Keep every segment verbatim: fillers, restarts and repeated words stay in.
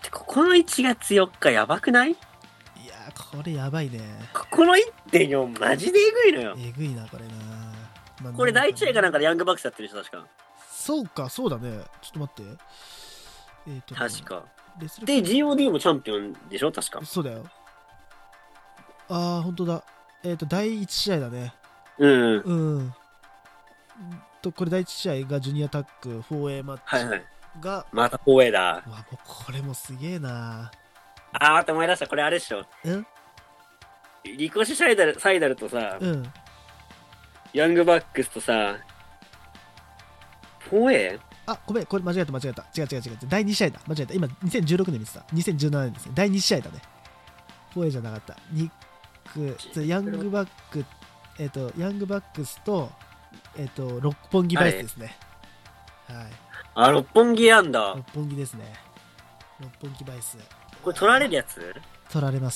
ここのいちがつよっかやばくない？ いやーこれやばいね。 ここの いってんよん マジでえぐいのよ。 えぐいなこれな、まあ、 これ第一試合かなんかでヤングバックスやってる人確か。 そうかそうだね。ちょっと待ってえー、と確かレスルで ジーオーディー もチャンピオンでしょ確か。 そうだよ。ああ本当だ。えっ、ー、とだいいち試合だね。 うんうんとこれだいいち試合がジュニアタック フォーエー マッチが、 はいはい、また光栄だ。 わもうこれもすげえな。 あー待って思い出した。これあれでしょ。 うんリコシサイダルサイダルとさ、 うんヤングバックスとさ フォーエー？ あごめんこれ間違えた間違えた違う違う違うだいに試合だ間違えた今にせんじゅうろくねん見てたにせんじゅうななねんですね。だいに試合だね。 フォーエー じゃなかった。ニックヤングバックえっ、ー、とヤングバックスとえっ、ー、と六本木バイスですね。はい、 あ六本木なんだ。 六本木ですね。六本木バイスこれ取られるやつ？ 取られます。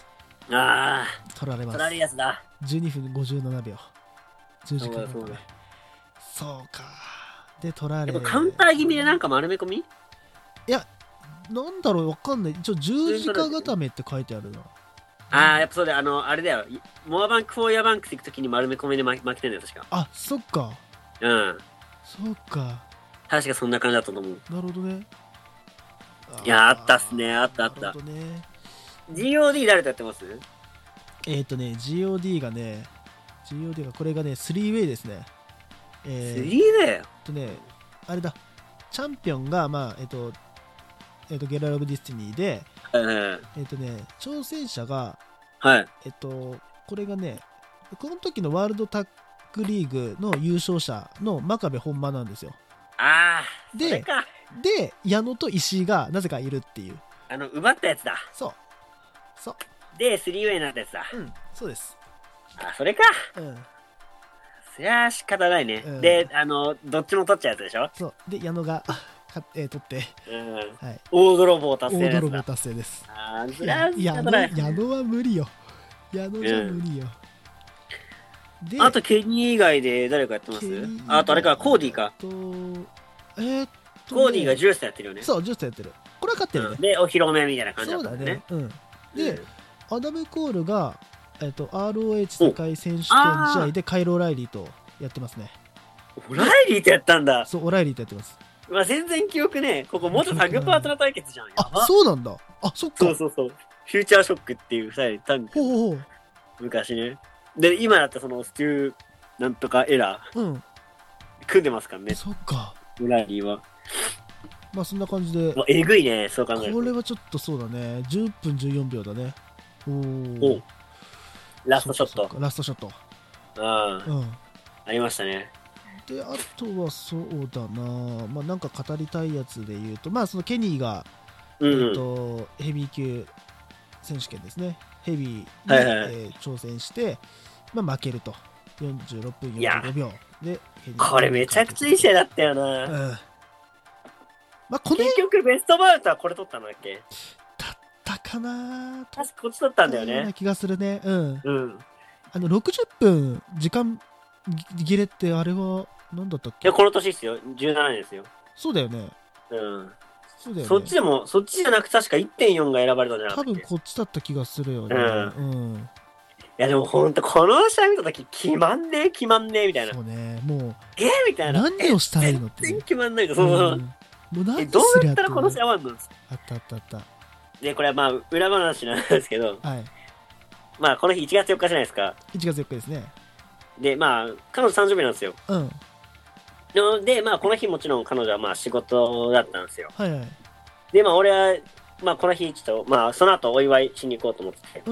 ああ取られます。 取られるやつだ。 じゅうにふんごじゅうななびょうじゅうじかんそうだそうかで取られでもカウンター気味でなんか丸め込み？ いやなんだろうわかんない。一応十字架固めって書いてあるな。 ああやっぱそうだよ。あのあれだよ。モアバンクフォーヤーバンクス行くときに丸め込みで負けてんだよ確か。 あそっかうんそっか確かそんな感じだったと思う。 なるほどね。 いやあったっすね。あったあった。 なるほどね。 ジーオーディー 誰とやってます？ えっ、ー、とね ジーオーディー がね ジーオーディー がこれがねスリーウェイですね。えー、 スリーだよ。 とねあれだチャンピオンがまあえっ、ー、とえっ、ー、とゲラル・オブ・ディスティニーではいえっ、ー、とね挑戦者がはいえっ、とこれがねこの時のワールドタッグリーグの優勝者の真壁本間なんですよ。 ああでそれか。 で矢野と石井がなぜかいるっていう。 あの奪ったやつだ。 そうそうでスリーウェイになったやつだ。 うんそうです。 あそれか。 うんそりゃあ仕方ないね、 うん、 であのどっちも取っちゃうやつでしょ。 そうで矢野がか、えー、取って、 うんはい、 大泥棒達成のやつだ。 大泥棒達成です。 あーそりゃあ仕矢野方ない。 矢野は無理よ。矢野じゃ無理よ、うん、であとケニー以外で誰かやってます？あとあれかコーディか。 とえー、っと、ね、 コーディがジュースやってるよね。 そうジュースやってる。これは勝ってるね、 うん、でお披露目みたいな感じだったそうだね。 ね、うん、で、 うん、 アダム・コールが、えー、っと アールオーエイチ 世界選手権試合でカイロ・オライリーとやってますね。 オライリーとやったんだ。 そうオライリーとやってます。 まあ全然記憶ね。ここ元タッグパートナー対決じゃん。 あそうなんだ。あそっか。 そうそうそう。フューチャーショックっていうさタッグほうほうほう昔ね。で今だったそのステューなんとかエラー、うん、組んでますからね。 そっか。 オライリーはまあそんな感じで。 えぐいねそう考えると。 これはちょっとそうだね。じゅっぷんじゅうよんびょうだね。おお。 ラストショット。 ラストショット。 ああ、 うん。 ありましたね。 であとはそうだな。まあなんか語りたいやつで言うと、まあそのケニーが、うん、えっとヘビー級選手権ですね。ヘビーに、はいはいはい、えー、挑戦して、まあ負けると。よんじゅうろっぷんよんじゅうごびょうで。 これめちゃくちゃいい試合だったよな。うん。 まあ、この結局ベストバウトはこれ取ったんだっけ？ だったかな。 確かこっち取ったんだよね。 な気がするね。うん。 うん。 あのろくじゅっぷん時間切れってあれは何だったっけ？ いやこの年ですよ。じゅうななねんですよ。 そうだよね。 うん。 そうだよね。 そっちでもそっちじゃなく確か いってんよん が選ばれたんじゃなかったっけ？ 多分こっちだった気がするよね。 うん。うん、いやでもほんとこの試合見た時決まんねえ決まんねえみたいな。 そうね。もうえー、みたいな。 何をしたらいいのって、ね。 全然決まんないと。そうそう。うんもう何どうやったらこの試合終わるの？ あったあったあった。 で、これはまあ、裏話なんですけど、 はい、 まあ、この日いちがつよっかじゃないですか。 いちがつよっかですね。 で、まあ、彼女誕生日なんですよ。 うん。 で、まあ、この日もちろん彼女はまあ仕事だったんですよ。 はいはい。 で、まあ、俺は、まあ、この日ちょっと、まあ、その後お祝いしに行こうと思ってて、 うん。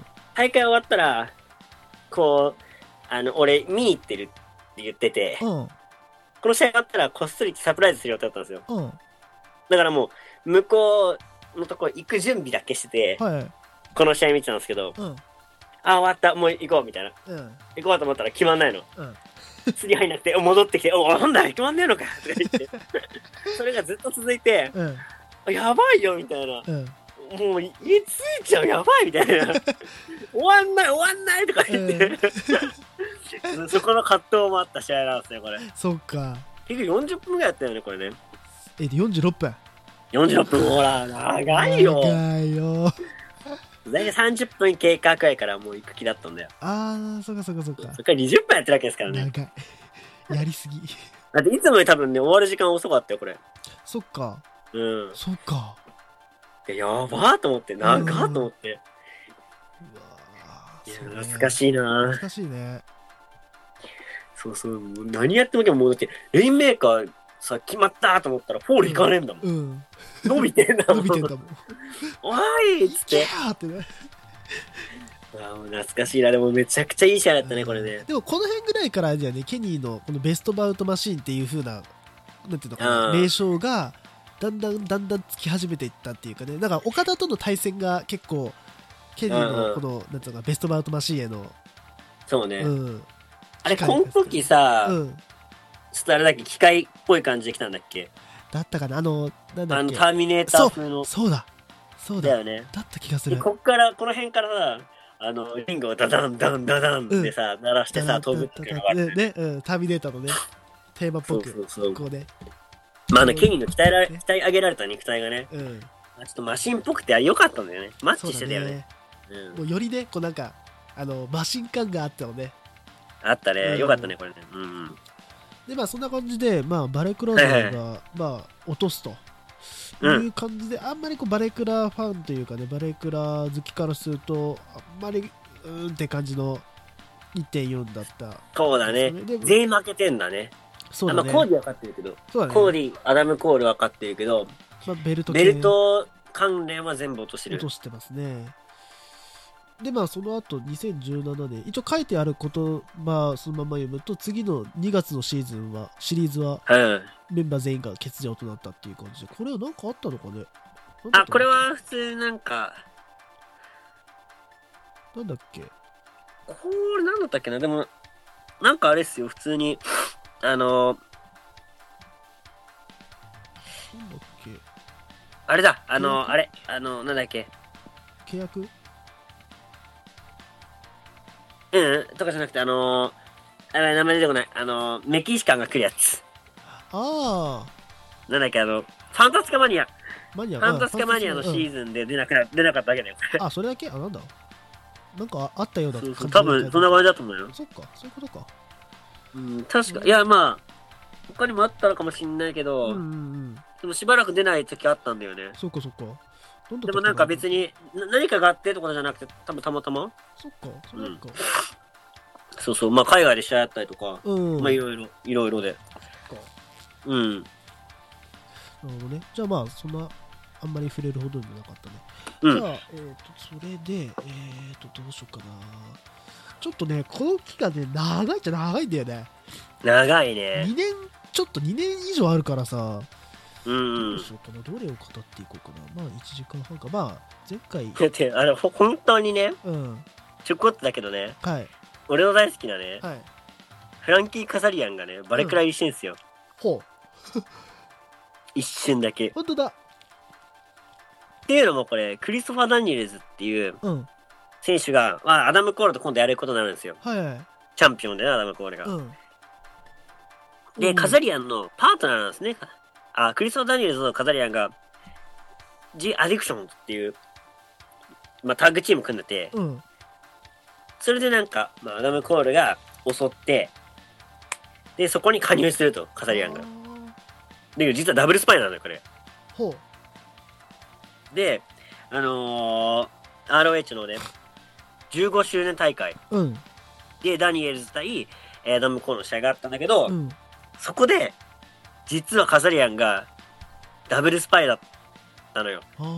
大会終わったら、こう、あの、俺見に行ってるって言ってて、うん。この試合終わったらこっそりサプライズする予定だったんですよ。うん。だからもう、向こうのとこ行く準備だけしてて、はい、この試合見てたんですけど、うん、あ、終わった、もう行こうみたいな。うん、行こうと思ったら決まんないの。うん、次入んなくて、戻ってきて、お、なんだ、決まんねえのかとか言って。それがずっと続いて、うん、やばいよみたいな。うん、もう、家着いちゃう、やばいみたいな。終わんない、終わんないとか言って。うん、そこの葛藤もあった試合なんですよ、これ。 そっか。 結局よんじゅっぷんぐらいやったよね、これね。 え、でよんじゅうろっぷん。 よんじゅうろっぷん、ほら、長いよ。 長いよ。 だいたいさんじゅっぷん経過くらいからもう行く気だったんだよ。 ああ、そっかそっかそっか。 そっからにじゅっぷんやってるわけですからね。 長い。やりすぎ。 だっていつもより多分ね、終わる時間遅かったよ、これ。 そっか。 うん。 そっか。 やばーと思って、長ーと思って。うわいや、懐かしいな。 懐かしいね。 そうそう、何やってももうだって、レインメーカーさ、決まったと思ったらフォールいかねえんだもん。うん。伸びてんだもん。伸びてんだもん。おいっつって。キャーってね。あもう懐かしいな。でもめちゃくちゃいい試合だったね、うん、これね。でもこの辺ぐらいからじゃね、ケニーのこのベストバウトマシーンっていう風な、なんていうのかな、名称が、だんだんだんだんつき始めていったっていうかね、だから岡田との対戦が結構、ケニーのこの、うんうん、なんていうのか、ベストバウトマシーンへの。そうね。うん。あれ、この時さ、うん、ちょっとあれだっけ、機械っぽい感じで来たんだっけだったかな、あの、なんだっけ、あの、ターミネーター風の。そう、そうだ。そうだ。だよね。だった気がする。こっから、この辺からさ、あの、リングをダダンダンダダンってさ、うん、鳴らしてさ、飛ぶっていうのがあるね。うん、ターミネーターのね、テーマっぽく。そうそうそう。こうね。まあ、あの、ケニーの鍛えられ、鍛え上げられた肉体がね、うん。ちょっとマシンっぽくて良かったんだよね。マッチしてたよね。うん。もうよりね、こうなんか、あの、マシン感があったのね。あったね。良かったね、これね。うん。で、まあ、そんな感じで、まあ、バレクラーが、まあ、落とすと。いう感じで、あんまりこうバレクラファンというかね、バレクラ好きからすると、あんまりうーんって感じの いってんよん だった。そうだね。全員負けてんだね。そうだね。あ、まあ、コーディ分かってるけど、そうだね、コーディ、アダム・コール分かってるけど、まあ、ベルトベルト関連は全部落としてる。落としてますね。で、まあ、その後、にせんじゅうななねん、一応書いてある言葉、そのまま読むと、次のにがつのシーズンは、シリーズは、メンバー全員が欠場となったっていう感じで、これは何かあったのかね。あ、これは普通なんか、なんだっけ、これなんだったっけな、でも、なんかあれっすよ、普通に、あの、なんだっけ、あれだ、あの、あれ、あの、なんだっけ、契約うん、とかじゃなくて、あのー、あれ、名前出てこない。あのー、メキシカンが来るやつ。ああ。なんだっけ、あの、ファンタスカマニア。マニアファンタスカマニアのシーズンで出なくな、出なかっただけだよ。あ、それだけあ、なんだなんかあったような感じ。そうそう、多分、そんな感じだと思うよ。そっか、そういうことか。うん、確か、いや、まあ、他にもあったのかもしんないけど、うんうんうん、でもしばらく出ない時あったんだよね。そっかそっか。でもなんか別に何かがあってってことじゃなくて、多分たまたま。そっか、それか、うん。そうそう、まあ海外で試合やったりとか、うん、まあいろいろ、いろいろで。うん。なるほどね。じゃあまあそんなあんまり触れるほどでもなかったね。うん、じゃあえっ、ー、とそれでえっ、ー、とどうしようかな。ちょっとねこの期間ね長いっちゃ長いんだよね。長いね。にねんちょっとにねん以上あるからさ。うん、どうしようかな、どれを語っていこうかな。まあいちじかんはんか。まあ前回だってあの本当にね、うん、ちょこっとだけどね、はい、俺の大好きなね、はい、フランキー・カサリアンがねバレクラ入りしてんすよ、うん、ほう一瞬だけ。本当だ。っていうのもこれクリストファー・ダニエルズっていう選手が、うん、まあ、アダム・コールと今度やれることになるんですよ、はいはい、チャンピオンでねアダム・コールが、うん、で、うん、カサリアンのパートナーなんですね。あ、クリスト・ダニエルズのカザリアンが G アディクションっていう、まあ、タッグチーム組んでて、うん、それでなんか、まあ、アダム・コールが襲ってでそこに加入するとカザリアンが。で実はダブルスパイなのよこれ。ほうであのー、アールオーエイチ のねじゅうごしゅうねん大会、うん、でダニエルズ対アダム・コールの試合があったんだけど、うん、そこで実はカザリアンがダブルスパイだったのよ。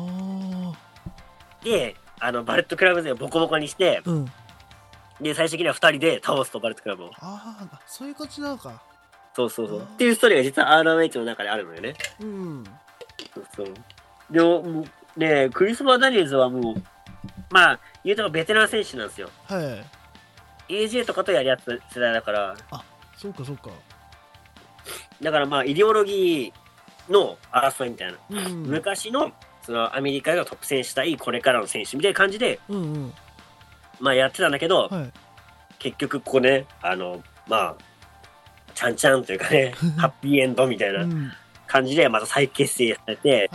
で、あのバレットクラブ勢をボコボコにして、うん、で最終的にはふたりで倒すとバレットクラブを。ああ、そういう感じなのか。そうそうそう。っていうストーリーが実は アールオーエイチ の中であるのよね。うん。そうそう。でもね、クリストファー・ダニエルズはもうまあ言うとベテラン選手なんですよ。はい。エージェー とかとやり合った世代だから。あ、そうかそうか。だからまあイデオロギーの争いみたいな、うん、昔のそのアメリカがトップ選手対これからの選手みたいな感じで、うんうん、まあやってたんだけど、はい、結局ここねあのまあちゃんちゃんというかねハッピーエンドみたいな感じでまた再結成されて、はい、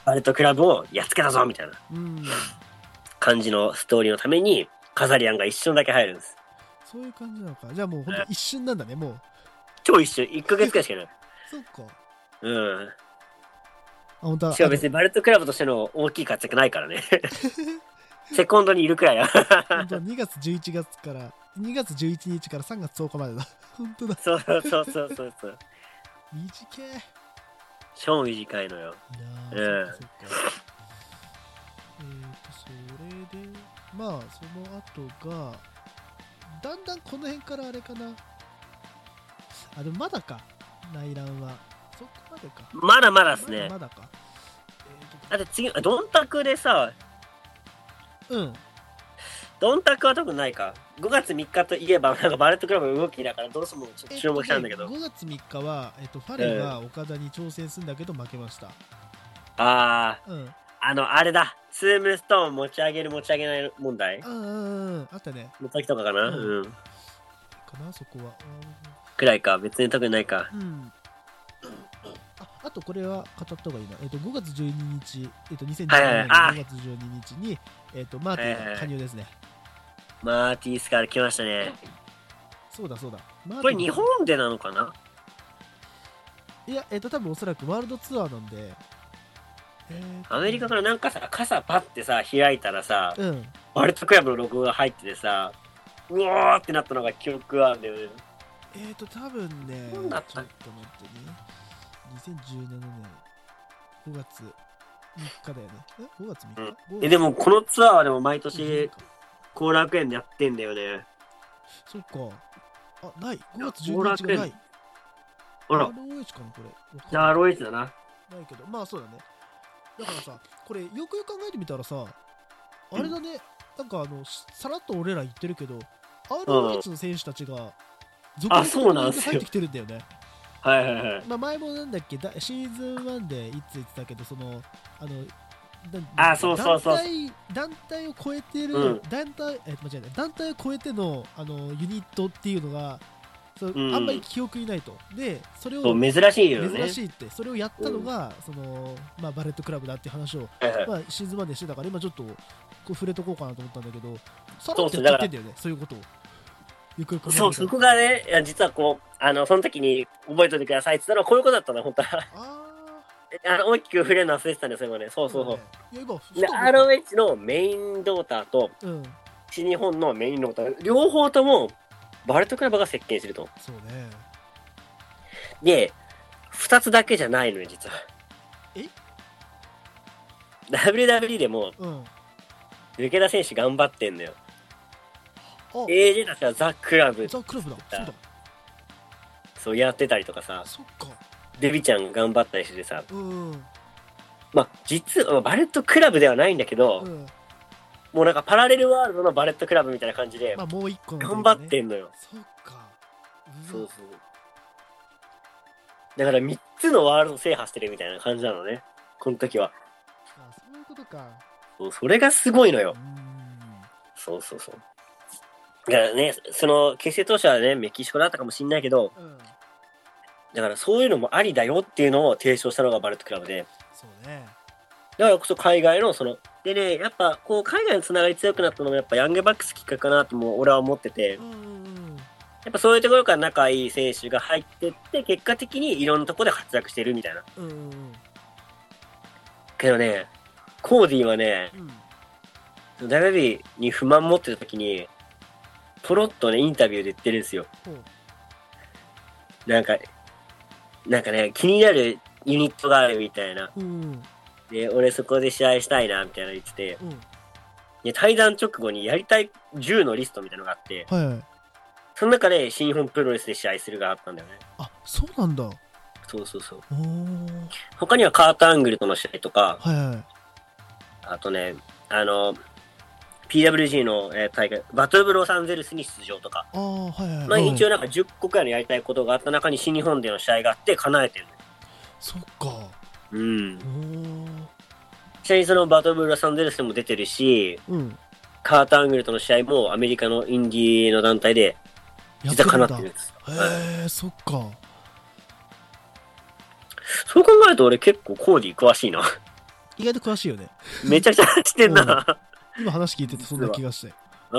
バレットクラブをやっつけたぞみたいな感じのストーリーのためにカザリアンが一瞬だけ入るんです。 そういう感じなのか。じゃあもうほんと一瞬なんだね、もう。 超一瞬、いっかげつくらいしかない。 そっか。 うん。 あ、本当は。 しかも別にバレットクラブとしての大きい活躍ないからね。セコンドにいるくらいや。 本当にがつじゅういちがつからにがつじゅういちにちからさんがつとおかまでだ。本当だ。 そうそうそうそうそう。 短い。 超短いのよ。 いやー、うん、そっかそっか。えーとそれでまあその後がだんだんこの辺からあれかな。あでもまだか内乱はそこまでか。 まだまだですね。 まだまだか。 えー、だって次ドンタクでさ。 うん。 ドンタクは特にないか。ごがつみっかといえばなんかバレットクラブの動きだからどうしてもちょっと注目したんだけど、 えっとね、ごがつみっかは、えっと、ファレが岡田に挑戦するんだけど負けました。 ああ、 うん、 あのあれだ、ツームストーン持ち上げる持ち上げない問題。 うんうんうん、あったね。 の時とかかな。うん。うん、 かなそこは。 くらいか、別に特にないか。 うん。あ, あとこれは語った方がいいな。えっとごがつじゅうににち、えっとにせんじゅうななねんのごがつじゅうににちにえっとマーティン加入ですね。 マーティースから来ましたね。 そうだそうだ。 これ日本でなのかな。 いや、えっと多分おそらくワールドツアーなんで。 えー、アメリカからなんかさ、傘パッてさ開いたらさ、 うん、 ワールドクラブのロゴが入っててさ、うおーってなったのが記憶あるんだよね。 えーと多分ね、ちょっと待ってね。にせんじゅうななねんごがつみっかだよね。えごがつみっか、うん、 えでもこのツアーはでも毎年後楽園でやってんだよね。 そっか。あ、ない。ごがつじゅうににちがない。 あら。 アールオーエイチ かなこれ。 じゃあ アールオーエイチ だな。 ないけど、まあそうだね。だからさ、これよくよく考えてみたらさ、あれだね、うん、なんかあの、さらっと俺ら言ってるけど、アールオーエイチ の選手たちが、 続々と入ってきてるんだよね。 はいはいはい。 まあ前もなんだっけ、シーズンワンでいつ言ってたけど、その、あの、 あ、そうそうそう。 団体、団体を超えてる、うん、団体、え、間違えない、団体を超えての、あの、ユニットっていうのが、そう、うん、あんまり記憶にないと。で、それを、 珍しいよね。 珍しいって、それをやったのが、うん、その、まあ、バレットクラブだっていう話を、 はいはい、 まあ、シーズンワンでしてたから、今ちょっと、こう触れとこうかなと思ったんだけど、さらっとやってんだよね、そういうことを。 よくよくそう、そこがね、いや実はこう、あの、その時に覚えておいてくださいって言ったら、こういうことだったの、本当は。ああの大きく触れるの忘れてたんですよ、ね。そうそうそう。そうね、で、アールオーエイチ のメインドーターと、うん、新日本のメインドーター、両方とも、バレットクラブが席巻してると。 そうね。 で、二つだけじゃないのよ、実は。 えダブリューダブリュー でも、うん、抜けた選手頑張ってんのよ。エージェー たちはザ・クラブ。 ザ・クラブだ。そうだ。 そうやってたりとかさ。 そっか。 デビちゃん頑張ったりしてさ。 うん。 まあ、実はバレットクラブではないんだけど、うん、もうなんかパラレルワールドのバレットクラブみたいな感じで、 まあもう一個、 ね、頑張ってんのよ。 そっか。 うん、そうそう。だからみっつのワールド制覇してるみたいな感じなのね。この時は。 あ、そういうことか。 そう、それがすごいのよ。うん、そうそうそう。だからね、その結成当初はね、メキシコだったかもしんないけど、うん、だからそういうのもありだよっていうのを提唱したのがバレットクラブで。 そうね。 だからこそ海外のその、でね、やっぱこう海外のつながり強くなったのもやっぱヤングバックスきっかけかなとも俺は思ってて、うんうんうん、やっぱそういうところから仲いい選手が入ってって、結果的にいろんなところで活躍してるみたいな。うんうんうん、けどね、コーディはね、うん、ダブリューダブリュー に不満持ってた時に、ポロッとね、インタビューで言ってるんですよ。うん、なんか、なんかね、気になるユニットがあるみたいな。うん、で、俺そこで試合したいな、みたいなの言ってて。うん、で、対談直後にやりたいじゅうのリストみたいなのがあって、はいはい、その中で新日本プロレスで試合するがあったんだよね。 あ、そうなんだ。 そうそうそう。他にはカート・アングルとの試合とか、はいはい、あとね、あの、ピーダブリュージー の、えー、大会、バトルブロサンゼルスに出場とか。あ、はいはいはい、まあ一応なんかじゅっこくらいのやりたいことがあった中に新日本での試合があって叶えてる。 そっか。 うん。ちなみにそのバトルブロサンゼルスでも出てるし、うん、カーター・アングルとの試合もアメリカのインディーの団体で実は叶ってるんです。 へえ、はい、そっか。 そう考えると俺結構コーディ詳しいな。 意外と詳しいよね。 めちゃくちゃ知ってんな。 今話聞いててそんな気がして。 うん。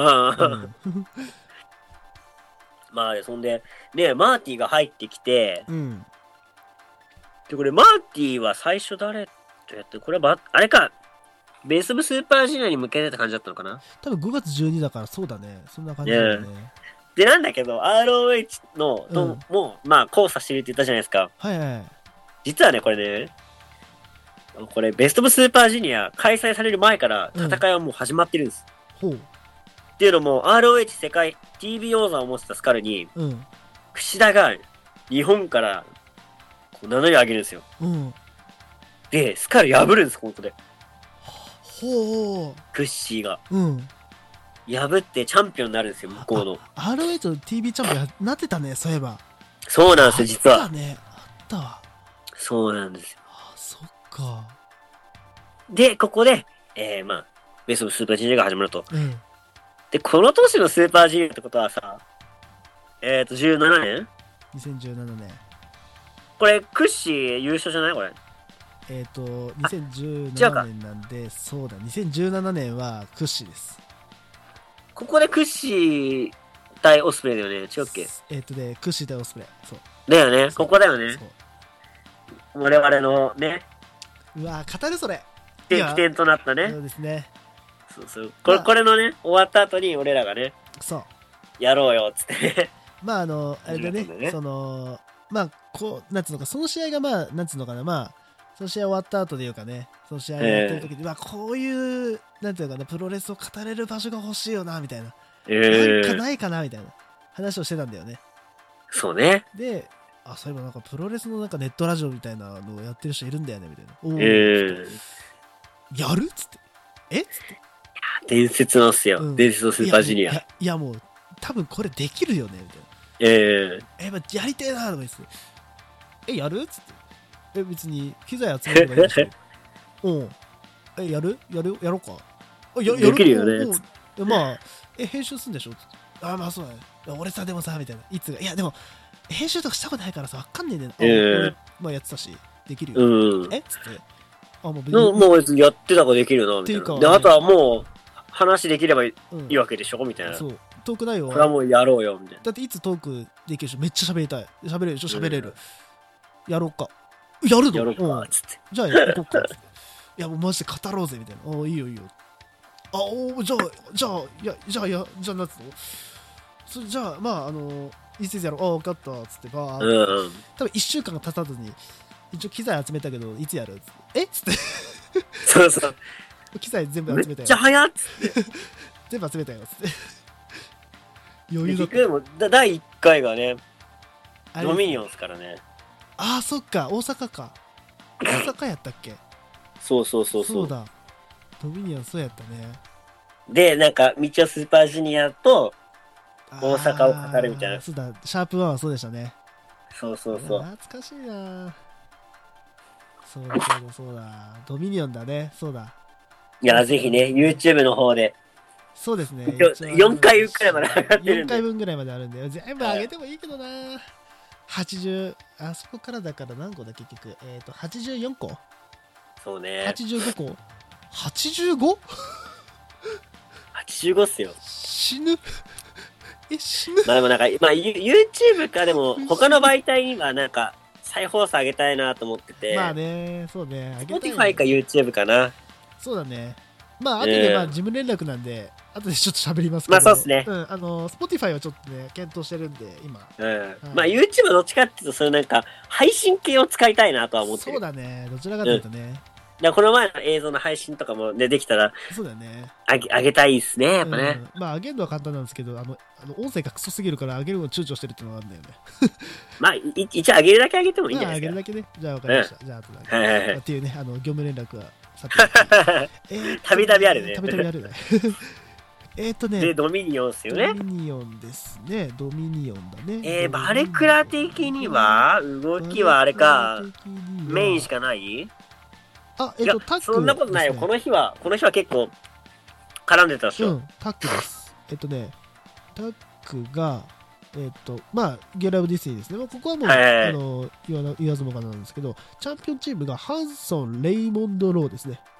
まあ、そんで、ね、マーティが入ってきて、うん。で、これ、マーティは最初誰とやって、これは、あれか、ベースオブスーパージュニアに向けてた感じだったのかな。 多分ごがつじゅうにだからそうだね。そんな感じだよね。ねで、なんだけど、アールオーエイチ の、と、うん、もう、まあ、交差してるって言ったじゃないですか。 はいはい。 実はね、これね、これ、ベストオブスーパージュニア開催される前から戦いはもう始まってるんです。うん、ほう。っていうのも、アールオーエイチ 世界 ティービー 王座を持ってたスカルに、うん、櫛田が日本からこう名乗りを上げるんですよ。うん、で、スカル破るんです、本当で。ほう。クッシーが。うん。破ってチャンピオンになるんですよ、向こうの。 アールオーエイチ の ティービー チャンピオンなってたね、そういえば。 そうなんですよ、実は。 あったね。あったわ。 そうなんですよ。 あ、そっか。 で、ここで、えー、まあ、ベストオブスーパージュニアが始まると。うん。で、この年のスーパージュニアってことはさ、えっ、ー、と、じゅうななねん ? にせんじゅうななねん。 これ、クッシー優勝じゃないこれ。 えっ、ー、と、にせんじゅうななねんなんで、そうだ、にせんじゅうななねんはクッシーです。 ここでクッシー対オスプレイだよね。違うっけ？ えっ、ー、とね、クッシー対オスプレイ。そう。 だよね。ここだよね。我々のね。 うわー、語るそれ。 起点となったね。 そうですね。 そうそう。これ、まあ、これのね、終わった後に俺らがね、 そう。 やろうよ、つって。 まあ、あの、あれでね、ねその、まあ、こう、なんつうのか、その試合がまあ、なんつうのかな、まあ、その試合終わった後でいうかね、その試合やってる時に、えー、まあ、こういう、なんていうかな、プロレスを語れる場所が欲しいよな、みたいな。えー、なんかないかな、みたいな話をしてたんだよね。 そうね。 で、あ、そういえばなんかプロレスのなんかネットラジオみたいなのをやってる人いるんだよね、みたいな。おー、えー、やるっつって。えっつって。 伝説なんすよ、うん、伝説のスーパージュニア。 いや、いやもう、多分これできるよね、みたいな。 えー、 え、まあ、やりてえな、とか言って。え、やるっつって。え、別に機材集めればいいでしょ。うん。え、やるやるやろうか。 や、やるできるよね。 まあ、え、編集すんでしょつって。あ、まあそうだね。俺さ、でもさ、みたいな。いつが、いや、でも、編集とかしたことないからさ、わかんねえんだよな。えー、俺、まあやってたし、できるよ。うん、えっつって。 あ、もう別に。もう別にやってたからできるよな、みたいな。ね、で、あとはもう、話できればいいわけでしょ、うん、みたいな。そう。トークないよ。これはもうやろうよ、みたいな。 だっていつトークできるでしょ。めっちゃ喋りたい。喋れるでしょ、喋れる。うん、やろうか。やるのやろうか、つって。 じゃあ行こうか、つって。いや、もうマジで語ろうぜ、みたいな。おいいよ、いいよ。あ、おじゃあ、じゃあ、いや、じゃあ、いや、じゃあ、なんつうのそじゃあ、まあ、あの、いついつやろう、あ、分かった、つって、ばー、うん、多分いっしゅうかん経たずに、一応機材集めたけど、いつやるつって。えつって。 そうそう。 機材全部集めたよ。 めっちゃ早っつって。 全部集めたよ、つって。余裕だった。 でもだだいいっかいがね、ドミニオンですからね。 ああ、そっか、大阪か。大阪やったっけそうそうそうそう。 そうだ。ドミニオンそうやったね。 で、なんか、ミチオスーパージュニアと大阪を語るみたいな。 そうだ、シャープワンはそうでしたね。 そうそうそう。 懐かしいな。そうだそうだそうだ。ドミニオンだね、そうだ。 いや、ぜひね、YouTube の方で。 そうですね。 よんかいくらいまで上がってるんで。 よんかいぶんぐらいまであるんで、全部上げてもいいけどな。はちじゅう、あそこからだから何個だ結局。えっ、ー、と、はちじゅうよんこそうね。 はちじゅうごこ はちじゅうご? はちじゅうごっすよ。 死ぬ。え、死ぬ。 まあでもなんか、まあ YouTube かでも、他の媒体にはなんか、再放送上げたいなと思ってて。 まあね、そうね。 Spotify か YouTube かな。 そうだね。まあ、後でまあ事務連絡なんで、後でちょっと喋りますけど。 まあそうですね。 うん、あの、Spotify はちょっとね、検討してるんで、今。 うん。はい、まあ YouTube どっちかっていうと、それなんか、配信系を使いたいなとは思ってる。 そうだね。どちらかというとね。うん、 だからこの前の映像の配信とかもね、できたら、 そうだね。 あげ、あげたいですね、やっぱね。 うん、まあ、あげるのは簡単なんですけど、あの、あの音声がクソすぎるから、あげるのを躊躇してるっていうのがあるんだよね。 まあ、い一応あげるだけあげてもいいんじゃないですか。 まあ、あげるだけね。じゃあ、わかりました。うん、じゃあ、後であげる。はいはいはい。っていうね、あの、業務連絡は、 たびたびあるね。 たびたびあるね。えっとね。 で、ドミニオンですよね。 ドミニオンですね。ドミニオンだね。 えー、バレクラ的には、動きはあれか、メインしかない？ あ、えっと、タック、ね。 そんなことないよ。この日は、この日は結構、絡んでたでしょ。うん、 タックです。えっとね、タックが、えっと、まあ、ゲラブディスニーですね。ここはもう、はいはいはい、あの、言わずもがななんですけど、チャンピオンチームがハンソン、レイモンド・ローですね。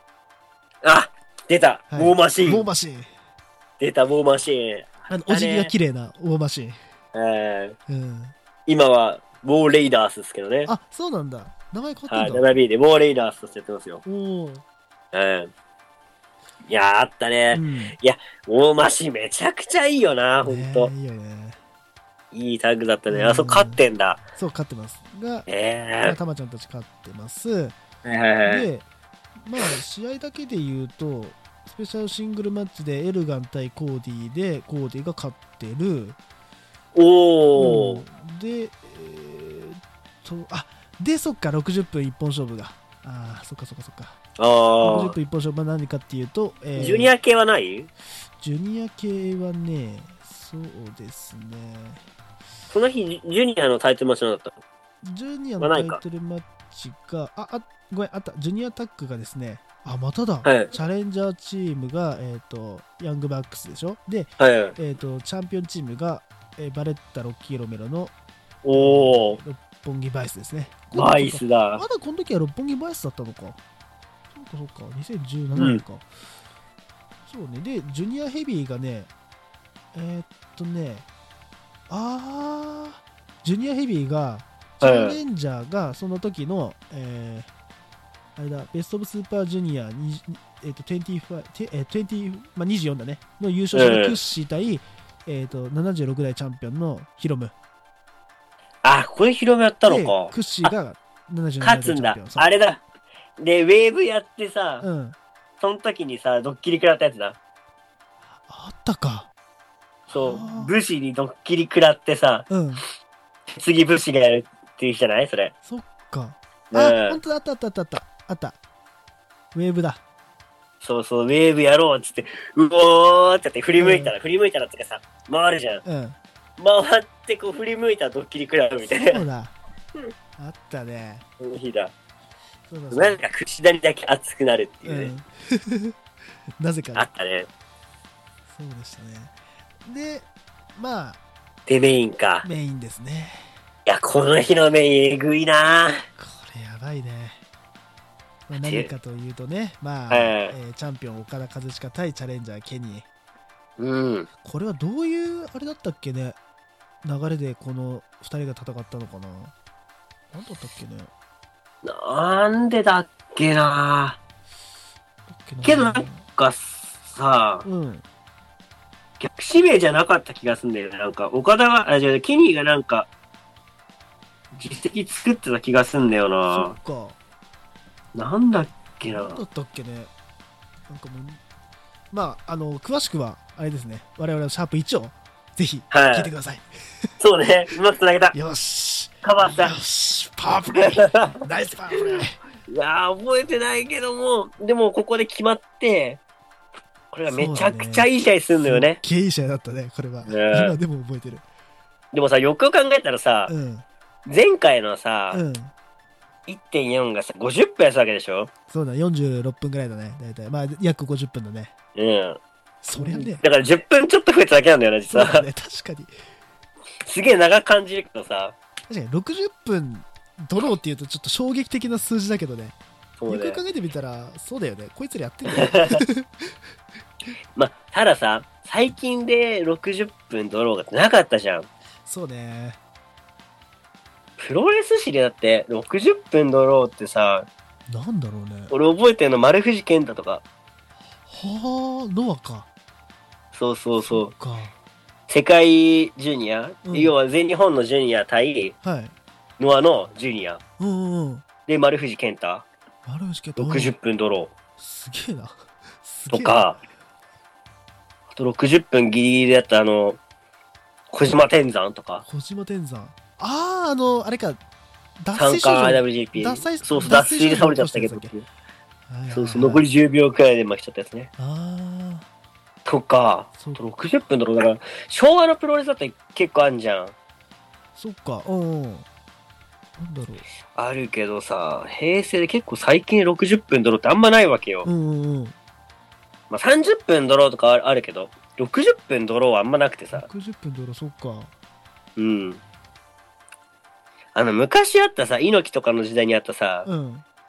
あ、出た、はい、ウォーマシーン。 ウォーマシーン。 出た、ウォーマシーン。 あの、お辞儀が綺麗なウォーマシーン。 えー、うん。今は、ウォーレイダースですけどね。 あ、そうなんだ。名前変わったんだ。はい、 ななビー でウォーレイダースとしてやってますよ。おー。うん。いやー、あったね。うん、いや、ウォーマシーンめちゃくちゃいいよな、ほんと。いいよね。いいタッグだったね。あ、そう、勝ってんだ。 そう、勝ってます。が、えー、まあ、たまちゃんたち勝ってます。はいはいはい。 で、まあ、試合だけで言うと、スペシャルシングルマッチでエルガン対コーディで、コーディが勝ってる。 おー。 うん、で、えー、と、あ、で、そっか、ろくじゅっぷん一本勝負が。ああ、そっかそっかそっか。あろくじゅっぷん一本勝負は何かっていうと、 えー、ジュニア系はないジュニア系はね、そうですね。 その日、ジュニアのタイトルマッチなんだったジュニアのタイトルマッチが、あ、あ、ごめん、あった。ジュニアタッグがですね、あ、まただ。はい、チャレンジャーチームが、えっ、ー、と、ヤングバックスでしょ。で、はいはい、えっ、ー、と、チャンピオンチームが、えー、バレッタ・ロッキー・ロメロの、 おー、 六本木バイスですね。 バイスだ。 まだこの時は六本木バイスだったのか。そうかそうか、にせんじゅうななねんか。うん、そうね。で、ジュニアヘビーがね、えー、っとね、あー、ジュニアヘビーが、チャレンジャーがその時の、えー、あれだ、ベストオブスーパージュニア、えー、っとにじゅうご、えー、にじゅう、まあ、にじゅうよんだね、の優勝者のクッシー対、えー、っとななじゅうろく代チャンピオンのヒロム。 あ、これヒロムやったのか。 クッシーがななじゅうなな代チャンピオン。勝つんだ。あれだ。で、ウェーブやってさ、うん、その時にさ、ドッキリ食らったやつだ。 あったか。 そう、武士にドッキリ食らってさ、うん、次武士がやるっていうじゃないそれ。 そっか。あ、うん、ほんとだ、あったあったあったあった。あった。ウェーブだ。 そうそう、ウェーブやろうっつって、うおーってやって振り向いたら、うん、振り向いたらってかさ、回るじゃん。うん、回ってこう振り向いたらドッキリ食らうみたいな。 そうだ。あったね。 その日だ。そうだそうだ。なんか口なりだけ熱くなるっていうね。 うん、なぜかね。 あったね。 そうでしたね。で、まあ。 で、メインか。 メインですね。 いや、この日のメインえぐいな。 これやばいね。まあ、何かというとね、まあ、えー、チャンピオン岡田和親対チャレンジャーケニー。 うん。 これはどういうあれだったっけね。流れでこのふたりが戦ったのかな。何だったっけね。 なんでだっけな。けどなんかさ、うん、逆指名じゃなかった気がするんだよね。なんか岡田が、あ、じゃあケニーがなんか実績作ってた気がするんだよな。 そっか。 なんだっけな。 なんだったっけね。なんかもう、まあ、あの、詳しくは、あれですね。我々のシャープいちを、ぜひ、聞いてください。はい、 そうね。うまくつなげた。 よし。 カバーした。 よし。パワープレイ。ナイスパワープレイ。 いやー、覚えてないけども、でもここで決まって、これがめちゃくちゃいい試合するのよね。 すっげえいい試合だったね、これは。ね、今でも覚えてる。 でもさ、よくよく考えたらさ、うん、前回のさ、うん、いってんよん がさ、ごじゅっぷんやったわけでしょ。 そうだ、よんじゅうろっぷんぐらいだね、大体。まあ、約ごじゅっぷんだね。 うん。 そりゃね。 だからじゅっぷんちょっと増えただけなんだよね、実は。 そうだね、確かに。 すげえ長く感じるけどさ。 確かに、ろくじゅっぷんドローっていうとちょっと衝撃的な数字だけどね。よく考えてみたら、そうだよね。こいつらやってんだよ。 まあ、たださ、最近でろくじゅっぷんドローがなかったじゃん。 そうね。 プロレス誌でだってろくじゅっぷんドローってさ、 なんだろうね。 俺覚えてるの丸藤健太とか。 はあ、ノアか。 そうそうそう。 そっか。 世界ジュニア、うん、要は全日本のジュニア対、はい、ノアのジュニア。うんうん、で、丸藤健太。 丸藤健太。 ろくじゅっぷんドロー。 すげえな。 すげえな。とか、あとろくじゅっぷんギリギリだったあの、小島天山とか。 小島天山。ああ、あの、あれか、 脱水症状。アイダブリュージーピー。脱水そうそう、脱水で倒れちゃったけど。そうそう、残りじゅうびょうくらいで負けちゃったやつね。ああ。とか、ろくじゅっぷんだろう。だから、昭和のプロレスだって結構あんじゃん。 そっか、うん。なんだろう。 あるけどさ、平成で結構最近ろくじゅっぷんドローってあんまないわけよ。うんうん。まあさんじゅっぷんドローとかあるけど、ろくじゅっぷんドローはあんまなくてさ。 ろくじゅっぷんドロー、そっか。 うん。あの、昔あったさ、猪木とかの時代にあったさ、うん、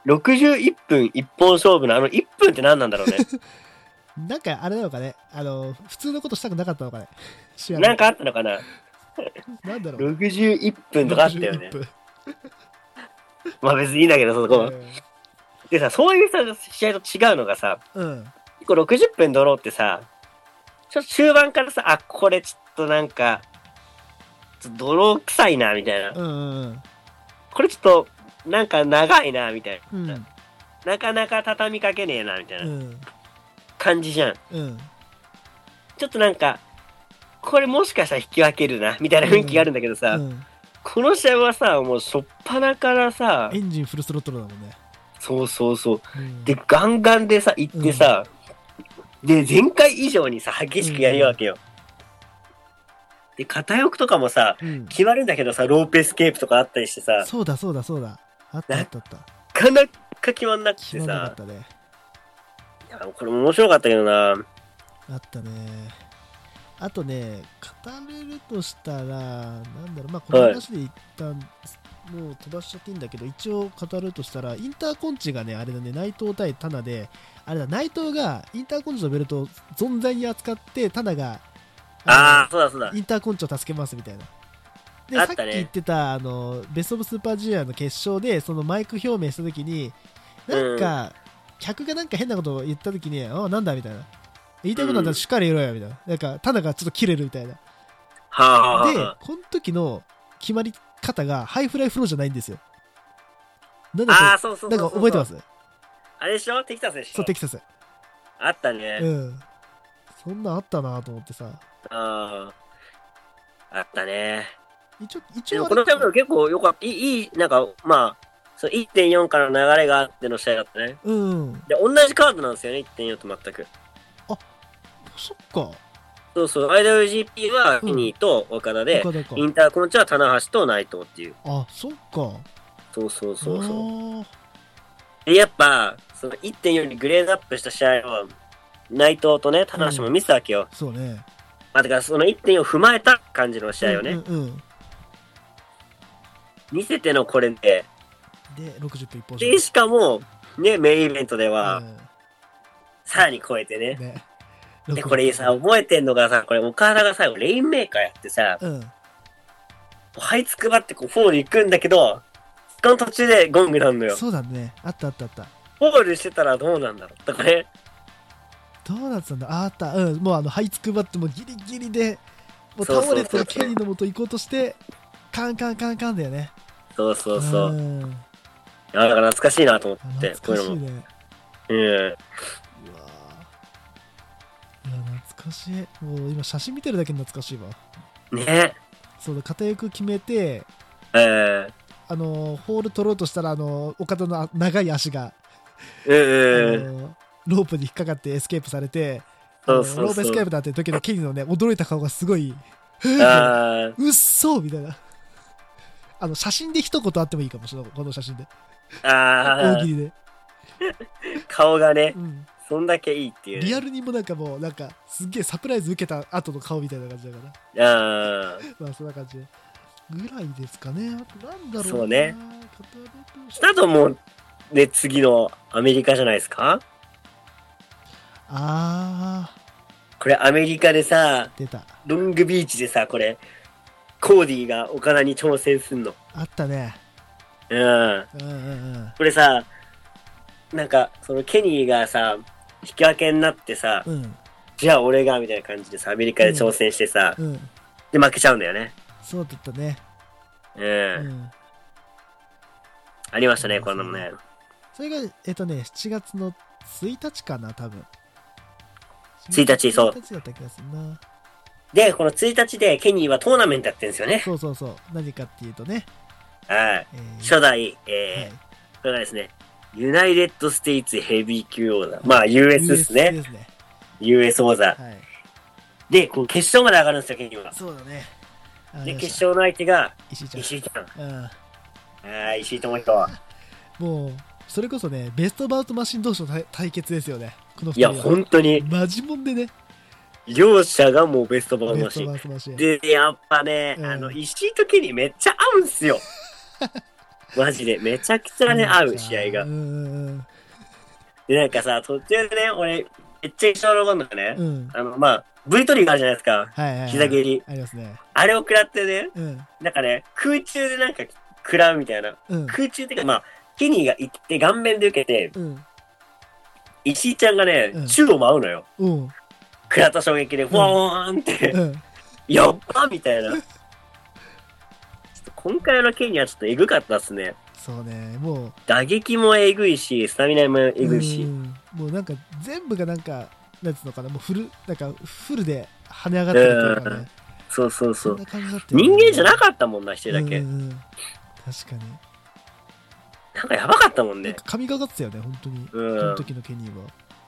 ろくじゅういっぷん一本勝負のあのいっぷんって何なんだろうね。 なんかあれなのかね、あの普通のことしたくなかったのかね。 なんかあったのかな。 なんだろう。 ろくじゅういっぷんとかあったよね。まあ別にいいんだけど、そこ。えー、でさ、そういうさ試合と違うのがさ、うん、結構ろくじゅっぷんドローってさ、ちょっと終盤からさ、あ、これちょっとなんか、ちょっとドロー臭いな、みたいな。うんうん、これちょっと、なんか長いな、みたいな、うん。なかなか畳みかけねえな、みたいな感じじゃん。うん、ちょっとなんか、これもしかしたら引き分けるな、みたいな雰囲気があるんだけどさ、うんうん、この試合はさ、もうしょっぱなからさ、 エンジンフルスロットルだもんね。 そうそうそう。うん、で、ガンガンでさ、行ってさ、うん、で、前回以上にさ、激しくやるわけよ。うん、で、片翼とかもさ、うん、決まるんだけどさ、ロープエスケープとかあったりしてさ、 そうだそうだそうだ。あったあったあった。 なかなか決まんなくてさ、決まんなかったね。いや、これも面白かったけどな。 あったね。あとね、語れるとしたら、なんだろう、まあ、この話で一旦、はい、もう飛ばしちゃっていいんだけど、一応語るとしたら、インターコンチがね、あれだね、内藤対タナで、あれだ、内藤がインターコンチのベルトを存在に扱って、タナが、 ああ、そうだそうだ。 インターコンチを助けますみたいな。で、ね、さっき言ってた、あの、ベストオブスーパージュニアの決勝で、そのマイク表明したときに、なんか、客がなんか変なことを言ったときに、ああ、なんだみたいな。言いたいことなんだらしっかり言ろよみたいな。なんか、タナがちょっと切れるみたいな。 はあ、 で、この時の決まり方がハイフライフローじゃないんですよ。なんだああ、そうそうそうそう。 なんか覚えてます？ あれでしょ？テキサスでしょ？ そう、テキサス。 あったね。 うん。そんなあったなと思ってさ。 ああ。あったね。 一応、一応。 このタイム結構よかった。いい、いい、なんか、まあ、そう いってんよん からの流れがあっての試合だったね。うん。で、同じカードなんですよね、いってんよん と全く。 あ、そっか。 そうそう、アイダブリュージーピー はフィニーと岡田で、うん、インターコンチは棚橋と内藤っていう。 あ、そっか。 そうそうそうそう。で、やっぱ、その いってんよん にグレードアップした試合は、内藤とね、棚橋も見せたわけよ。 うん、そうね。 まあ、だからその いってんよん を踏まえた感じの試合をね。うんうんうん、見せてのこれで、 で、ろくじゅっぷん一本勝負。で、しかも、ね、メインイベントでは、うん、さらに超えてね。ねで、これさ、覚えてんのがさ、これ、岡田が最後、レインメーカーやってさ、うん、這いつくばってこう、フォール行くんだけど、この途中でゴングなんのよ。 そうだね。あったあったあった。 フォールしてたらどうなんだろうとかね。 どうなってたんだあ、あった。うん。もうあの、這いつくばってもうギリギリで、もう倒れてるケニーの元行こうとして、カンカンカンカンだよね。 そうそうそう。うん、いや、だから懐かしいなと思って、 懐かしいね。 うん。うわいや、 懐かしい。もう今写真見てるだけで懐かしいわ。 ね。 そうだ、片翼決めて、 えー、 あの、ホール取ろうとしたら、あの、岡田の長い足が、 えー、 あのロープに引っかかってエスケープされて、そうそうそうロープエスケープだって時のケニーのね、驚いた顔がすごい、あうっそみたいな。あの、写真で一言あってもいいかもしれない、この写真で。 あ大喜利で。 顔がね、うん、そんだけいいっていう、ね。 リアルにもなんかもう、なんか、すっげえサプライズ受けた後の顔みたいな感じだから。 ああ。 まあ、そんな感じで。ぐらいですかね。あと、なんだろうな。 そうね。あともう、ね、次のアメリカじゃないですか？ ああ。 これアメリカでさ、 出た。 ロングビーチでさ、これ、コーディが岡田に挑戦すんの。 あったね。 うん。うんうんうん。これさ、なんか、そのケニーがさ、引き分けになってさ、うん、じゃあ俺がみたいな感じでさ、アメリカで挑戦してさ、うんうん、で負けちゃうんだよね。 そうだったね。 うん。うん、ありましたね、こんなのね。 それが、えっとね、しちがつのついたちかな、多分。 ついたち、そう。 ついたちだった気がするな。 で、このついたちでケニーはトーナメントやってるんですよね。 そうそうそう。何かっていうとね。 はい。えー、初代、えー、はい、これがですね、ユナイテッドステイツヘビー級王座。まあ ユーエス ですね。ユーエス ですね。ユーエス 王座。はい、で、この決勝まで上がるんですよ、ケニーは。 そうだね。 で、決勝の相手が、 石井ちゃん。 石井ちゃん。うん。ああ、石井智彦。 もう、それこそね、ベストバウトマシン同士の対決ですよね。このいや、本当に。 マジモンでね。 両者がもうベストバウトマシン。で、やっぱね、うん、あの、石井とケニーめっちゃ合うんすよ。 マジで、めちゃくちゃね、合う、試合が。 うん。 で、なんかさ、途中でね、俺、めっちゃ印象残るのがね、うん、あの、まあ、V トリガーじゃないですか。 はいはいはい、 膝蹴り。 ありますね。 あれを食らってね、うん、なんかね、空中でなんか食らうみたいな。うん、空中っていうか、まあ、ケニーが行って顔面で受けて、うん、石井ちゃんがね、うん、宙を舞うのよ。うん、食らった衝撃で、フォーンって、うん、やっばみたいな。ちょっと今回のケニーはちょっとエグかったっすね。 そうね、もう。 打撃もえぐいし、スタミナもえぐいし。 もうなんか全部がなんか、なんつうのかな、もうフル、なんかフルで跳ね上がってるというかね。 そうそうそう。そんな感じだったよね、人間じゃなかったもんな、一人だけ。うんうん、 確かに。 なんかやばかったもんね。 神がかってたよね、本当に。うん、この時のケニーは。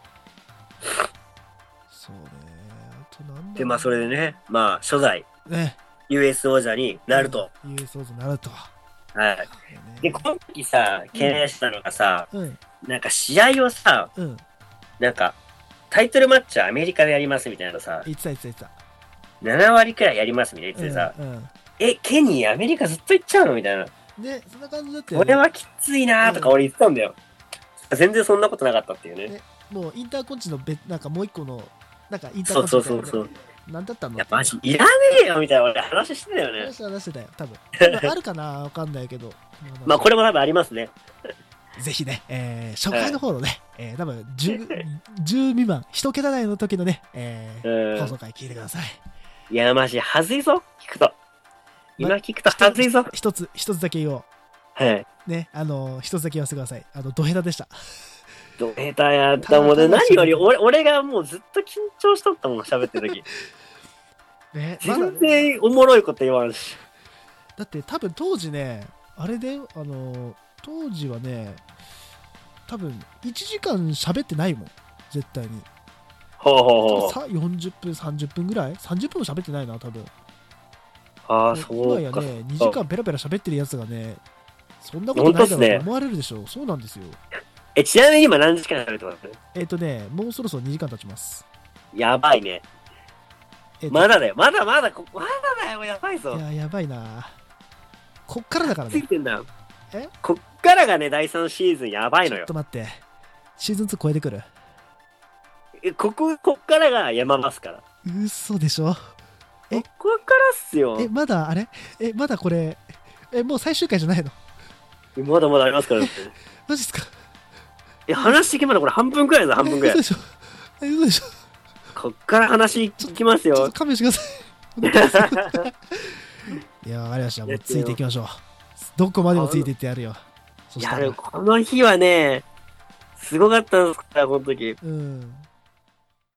そうね。あとなんだろう。 で、まあそれでね、まあ初代、 ね、 ユーエス 王者になると。 ユーエス 王者になると。 はい。で、この時さ、懸念したのがさ、うん、なんか試合をさ、うん、なんか、タイトルマッチはアメリカでやりますみたいなさ、 言ってた言ってた言ってた。 なな割くらいやりますみたいな言ってさ、うんうん、え、ケニーアメリカずっと行っちゃうのみたいな。 ね、そんな感じだったよね。 俺はきついなーとか俺言ってたんだよ。うん、全然そんなことなかったっていうね。ね、 もうインターコンチの別、なんかもう一個の、なんかインターコンチみたいな、ね。そうそうそうそう。なんだったの？ いや、マジ、いらねえよみたいな俺話してたよね。 話話してたよ、多分。あるかなわかんないけど。 まあ、これも多分ありますね。 ぜひね、えー、初回の方のね、はい、えー、多分 10, 10未満、一桁台の時のね、えー、放送回聞いてください。 いや、マジ、はずいぞ、聞くと。今聞くとはずいぞ。 一つ、一つだけ言おう。 はい。 ね、あの、一つだけ言わせてください。あの、ドヘタでした。 ドヘタやったもんね。何より俺、俺がもうずっと緊張しとったもん、喋ってる時。ね、全然おもろいこと言わんし。 だって多分当時ね、あれで、あの、当時はね、多分いちじかん喋ってないもん、絶対に。 ほうほうほう。よんじゅっぷん、さんじゅっぷんぐらい ?さんじゅっぷんも喋ってないな、多分。 ああ、そうか。 今やね、にじかんペラペラ喋ってるやつがね、そんなことないだろうと思われるでしょう。そうなんですよ。 え、ちなみに今何時間喋ってます？ えっとね、もうそろそろにじかん経ちます。 やばいね。えっと、まだだよ。まだまだ、まだだよ。やばいぞ。 いや、やばいな。こっからだからね。 ついてんだよ。えこっからがね、だいさんシーズンやばいのよ。 ちょっと待って。シーズンツー超えてくる。 え、ここ、こっからが山ますから。 嘘でしょ。 え、ここからっすよ。 え、まだあれえ、まだこれ、え、もう最終回じゃないの？ まだまだありますからって。 マジっすか？ え、話聞けまだこれ半分くらいだ、半分くらい。 嘘でしょ。え、嘘でしょ。 こっから話いきますよ。 ちょっと勘弁してください。いや、わかりました。もうついていきましょう。どこまでもついていってやるよ。 やる、この日はね、すごかったんですから、この時。うん。